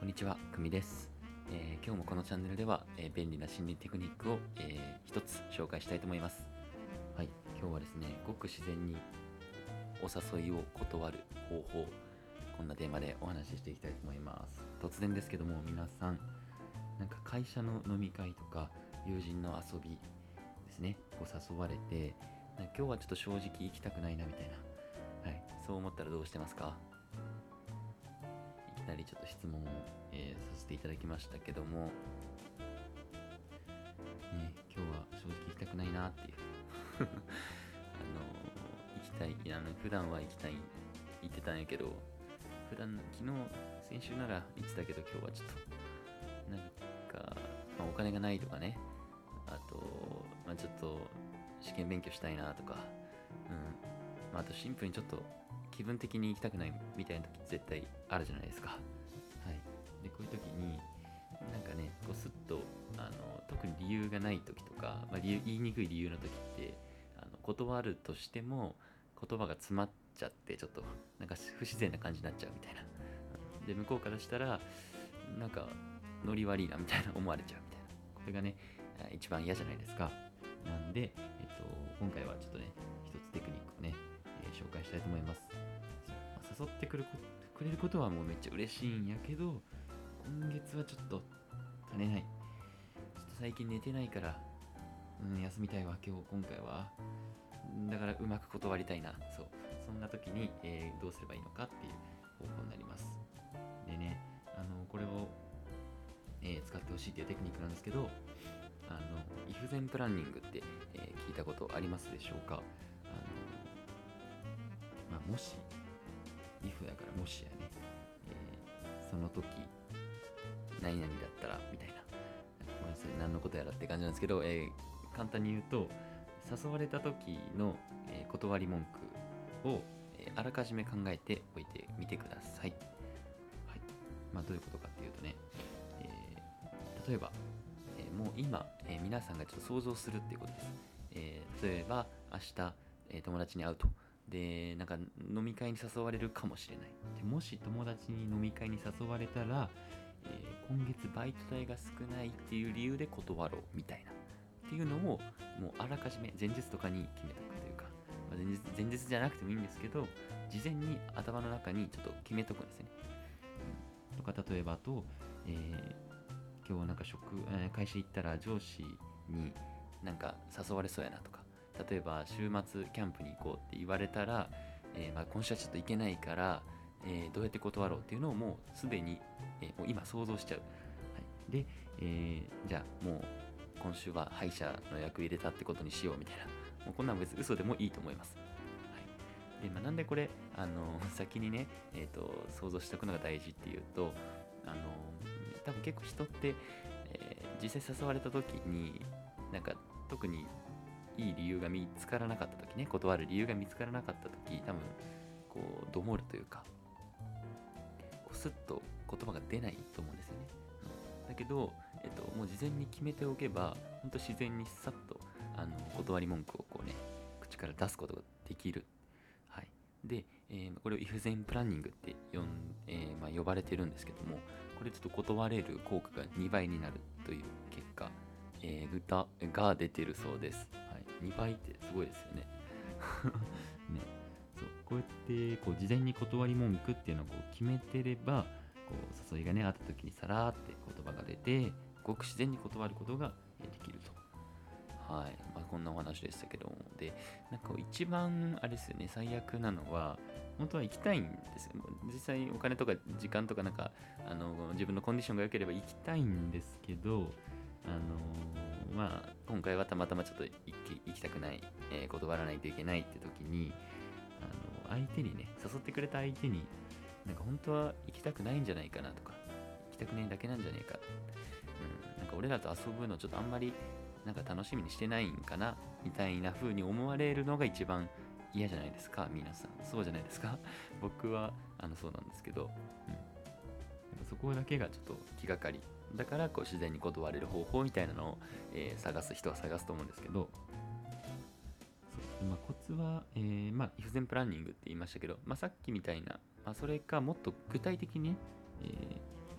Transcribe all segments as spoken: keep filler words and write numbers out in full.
こんにちは、くみです、えー今日もこのチャンネルでは、えー便利な心理テクニックを、えー一つ紹介したいと思います。はい、今日はですね、ごく自然にお誘いを断る方法、こんなテーマでお話ししていきたいと思います。突然ですけども、皆さん、なんか会社の飲み会とか友人の遊びですね、こう誘われて、なんか今日はちょっと正直行きたくないなみたいな、はい、そう思ったらどうしてますか？いきなりちょっと質問を、えーさせていただきましたけども、ね、今日は正直行きたくないなっていうあのー行きたい、あの普段は行きたい、行ってたんやけど、普段、昨日、先週なら行ってたけど、今日はちょっと、なんか、まあ、お金がないとかね、あと、まあ、ちょっと試験勉強したいなとか、うん、まあ、あとシンプルにちょっと気分的に行きたくないみたいな時絶対あるじゃないですか。はい。で、こういう時に、なんかね、こうスッと、あの、特に理由がない時とか、まあ、理由言いにくい理由の時って、あの断るとしても、言葉が詰まっちゃって、ちょっと、なんか不自然な感じになっちゃうみたいな。で、向こうからしたら、なんか、ノリ悪いなみたいな思われちゃうみたいな。これがね、一番嫌じゃないですか。なんで、えっと、今回はちょっとね、一つテクニックをね、えー紹介したいと思います。そうまあ誘ってくるこくれることはもうめっちゃ嬉しいんやけど、今月はちょっと足りない。ちょっと最近寝てないから、うん、休みたいわ、今日、今回は。だからうまく断りたいな。そう。そんな時に、えーどうすればいいのかっていう方法になります。でね、あの、これを、えー使ってほしいっていうテクニックなんですけど、あの、イフゼンプランニングって、えー聞いたことありますでしょうか？あの、まあ、もし、if だからもしやね、えーその時、何々だったら、みたいな。ごめんなさい、何のことやらって感じなんですけど、えー簡単に言うと、誘われた時の、えー断り文句を、えーあらかじめ考えておいてみてください。はい。まあ、どういうことかっていうとね、えー例えば、えーもう今、えー皆さんがちょっと想像するっていうことです。えー例えば、明日、えー友達に会うと。で、なんか飲み会に誘われるかもしれない。でもし友達に飲み会に誘われたら、えー今月バイト代が少ないっていう理由で断ろうみたいな。っていうのを、もうあらかじめ前日とかに決めとくというか、まあ、前日前日じゃなくてもいいんですけど、事前に頭の中にちょっと決めとくんですね。うん、とか、例えばと、えー今日なんか職、えー会社行ったら上司になんか誘われそうやなとか、例えば週末キャンプに行こうって言われたら、えーまあ、今週はちょっと行けないから、えーどうやって断ろうっていうのをもうすでに、えーもう今想像しちゃう。はい、で、えーじゃあもう今週は歯医者の役入れたってことにしようみたいな。もうこんなん別に嘘でもいいと思います。はい。で、まあ、なんでこれ、あの、先にね、えっ、と、想像しておくのが大事っていうと、あの、多分結構人って、えー実際誘われた時に、なんか特にいい理由が見つからなかった時ね、断る理由が見つからなかった時、多分、こう、どもるというか、こうスッと言葉が出ないと思うんですよね。うん、だけど、えっと、もう事前に決めておけば、ほんと自然にさっと、あの、断り文句をこうね、口から出すことができる。はい。で、えーこれを if then プランニングって呼ん、えーまあ、呼ばれてるんですけども、これちょっと断れる効果がにばいになるという結果、えー、がが出てるそうです。はい。にばいってすごいですよね。ね。そう。こうやってこう事前に断り文句っていうのをこう決めてれば、こう誘いがねあった時にさらーって言葉が出て、ごく自然に断ることができると。はい。まあ、こんなお話でしたけども。で、なんか一番、あれですよね、最悪なのは、本当は行きたいんですよ。実際お金とか時間とかなんか、あの、自分のコンディションが良ければ行きたいんですけど、あのまあ、今回はたまたまちょっと行き行きたくない、えー断らないといけないって時に、あの、相手にね、誘ってくれた相手に、なんか本当は行きたくないんじゃないかなとか、行きたくないだけなんじゃないか、うん、なんか俺らと遊ぶのちょっとあんまりなんか楽しみにしてないんかなみたいな風に思われるのが一番嫌じゃないですか、皆さん。そうじゃないですか？僕はあのそうなんですけど、うん、やっぱそこだけがちょっと気がかり。だからこう自然に断れる方法みたいなのを、えー探す人は探すと思うんですけど、そうまあ、コツは、えーまあ、if then プランニングって言いましたけど、まあ、さっきみたいな、まあ、それかもっと具体的にね、えー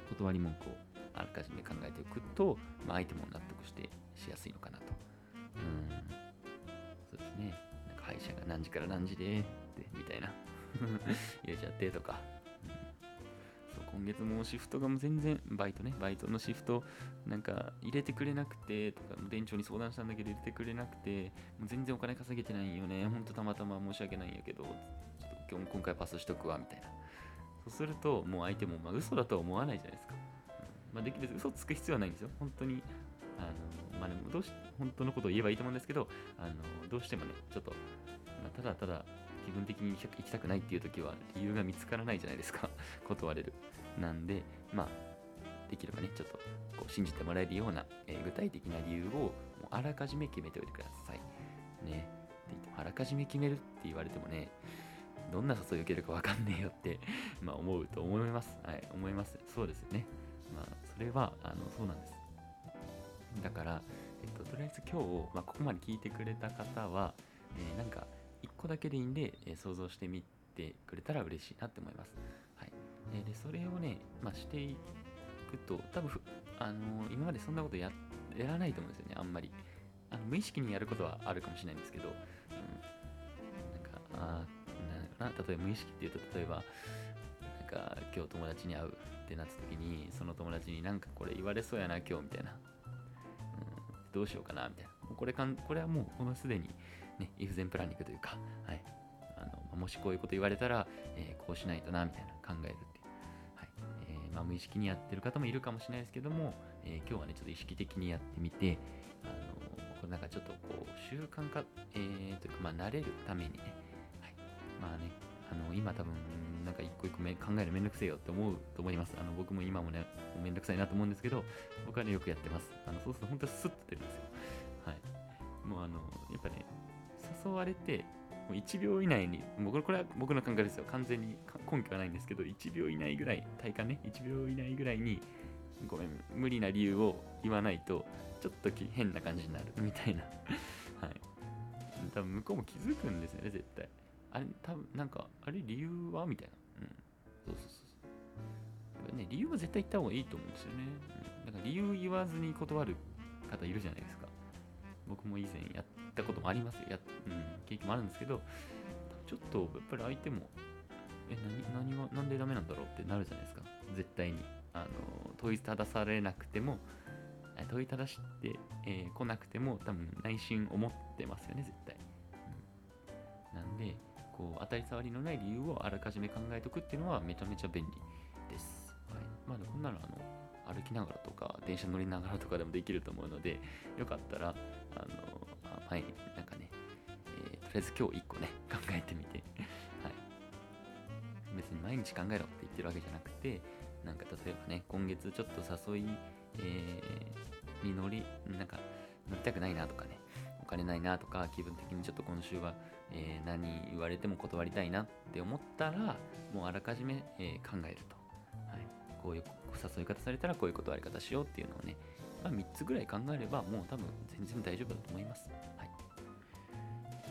断り文句をあらかじめ考えておくと、まあ、相手も納得してしやすいのかなと。うんそうですね。なんか歯医者が何時から何時でってみたいな入れちゃってとか、そう今月もシフトがもう全然バイトねバイトのシフトなんか入れてくれなくてとか、店長に相談したんだけど入れてくれなくて、もう全然お金稼げてないんよね、ほんとたまたま申し訳ないんやけど、ちょっと今日今回パスしとくわみたいな。そうするともう相手もまあ嘘だとは思わないじゃないですか。うんまあ、できる嘘つく必要はないんですよ本当に。あのまあでもどうし本当のことを言えばいいと思うんですけど、あのどうしてもねちょっと、まあ、ただただ気分的に行きたくないっていう時は理由が見つからないじゃないですか断れる。なんでまあできればねちょっとこう信じてもらえるような、えー具体的な理由をもうあらかじめ決めておいてくださいね。って言ってもあらかじめ決めるって言われてもね、どんな誘いを受けるかわかんねえよってまあ思うと思います。はい、思います。そうですよね。まあ、それは、あの、そうなんです。だから、えっと、とりあえず今日、まあ、ここまで聞いてくれた方は、えーなんか、一個だけでいいんで、えー想像してみてくれたら嬉しいなって思います。はい。えーで、それをね、まあ、していくと、多分ふあのー今までそんなことや、やらないと思うんですよね、あんまり。あの無意識にやることはあるかもしれないんですけど、うん、なんか、あーなんだろうな、例えば無意識っていうと、例えば、なんか、今日友達に会うってなった時に、その友達になんかこれ言われそうやな、今日みたいな。うん、どうしようかな、みたいな。もうこれかん、これはもう、このすでに、ね、イフゼンプランニングというか、はい。あのもしこういうこと言われたら、えーこうしないとな、みたいな考えるっていう。はい。えーまあ、無意識にやってる方もいるかもしれないですけども、えー今日はね、ちょっと意識的にやってみて、あのこれなんかちょっとこう、習慣化、えー、というか、まあ、慣れるためにね、はい。まあね、あの今多分なんか一個一個め考えるめんどくせえよって思うと思います。あの僕も今もねめんどくさいなと思うんですけど、僕はねよくやってます。あのそうすると本当にスッと出るんですよ。はい。もうあのやっぱね誘われてもういちびょう以内に、もうこれは僕の考えですよ。完全に根拠はないんですけど、いちびょう以内ぐらい、体感ね、いちびょう以内ぐらいにごめん無理な理由を言わないとちょっと変な感じになるみたいな。はい。多分向こうも気づくんですよね絶対。あれ、多分なんか、あれ、理由はみたいな。うん。そうそうそうそう。ね、理由は絶対言った方がいいと思うんですよね。うん。だから理由言わずに断る方いるじゃないですか。僕も以前やったこともありますよ。や、うん、経験もあるんですけど、ちょっとやっぱり相手も、え、何、何が、なんでダメなんだろうってなるじゃないですか。絶対に。あの、問いただされなくても、え問いただして、えー来なくても、多分内心思ってますよね、絶対。うん、なんで、こう当たり障りのない理由をあらかじめ考えておくっていうのはめちゃめちゃ便利です。はい、まあこんなのあの歩きながらとか電車乗りながらとかでもできると思うので、よかったらあのあ前になんかね、えーとりあえず今日いっこね考えてみて、はい、別に毎日考えろって言ってるわけじゃなくて、なんか例えばね今月ちょっと誘い、えーに乗りなんか乗りたくないなとかね、お金ないなとか気分的にちょっと今週はえー何言われても断りたいなって思ったら、もうあらかじめ、えー考えると、はい、こういう誘い方されたらこういう断り方しようっていうのをね、まあ、みっつぐらい考えればもう多分全然大丈夫だと思います。はい、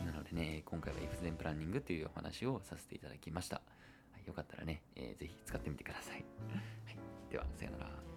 なのでね、今回は If Then Planning っていうお話をさせていただきました。はい、よかったらね、えーぜひ使ってみてください。はい、では、さよなら。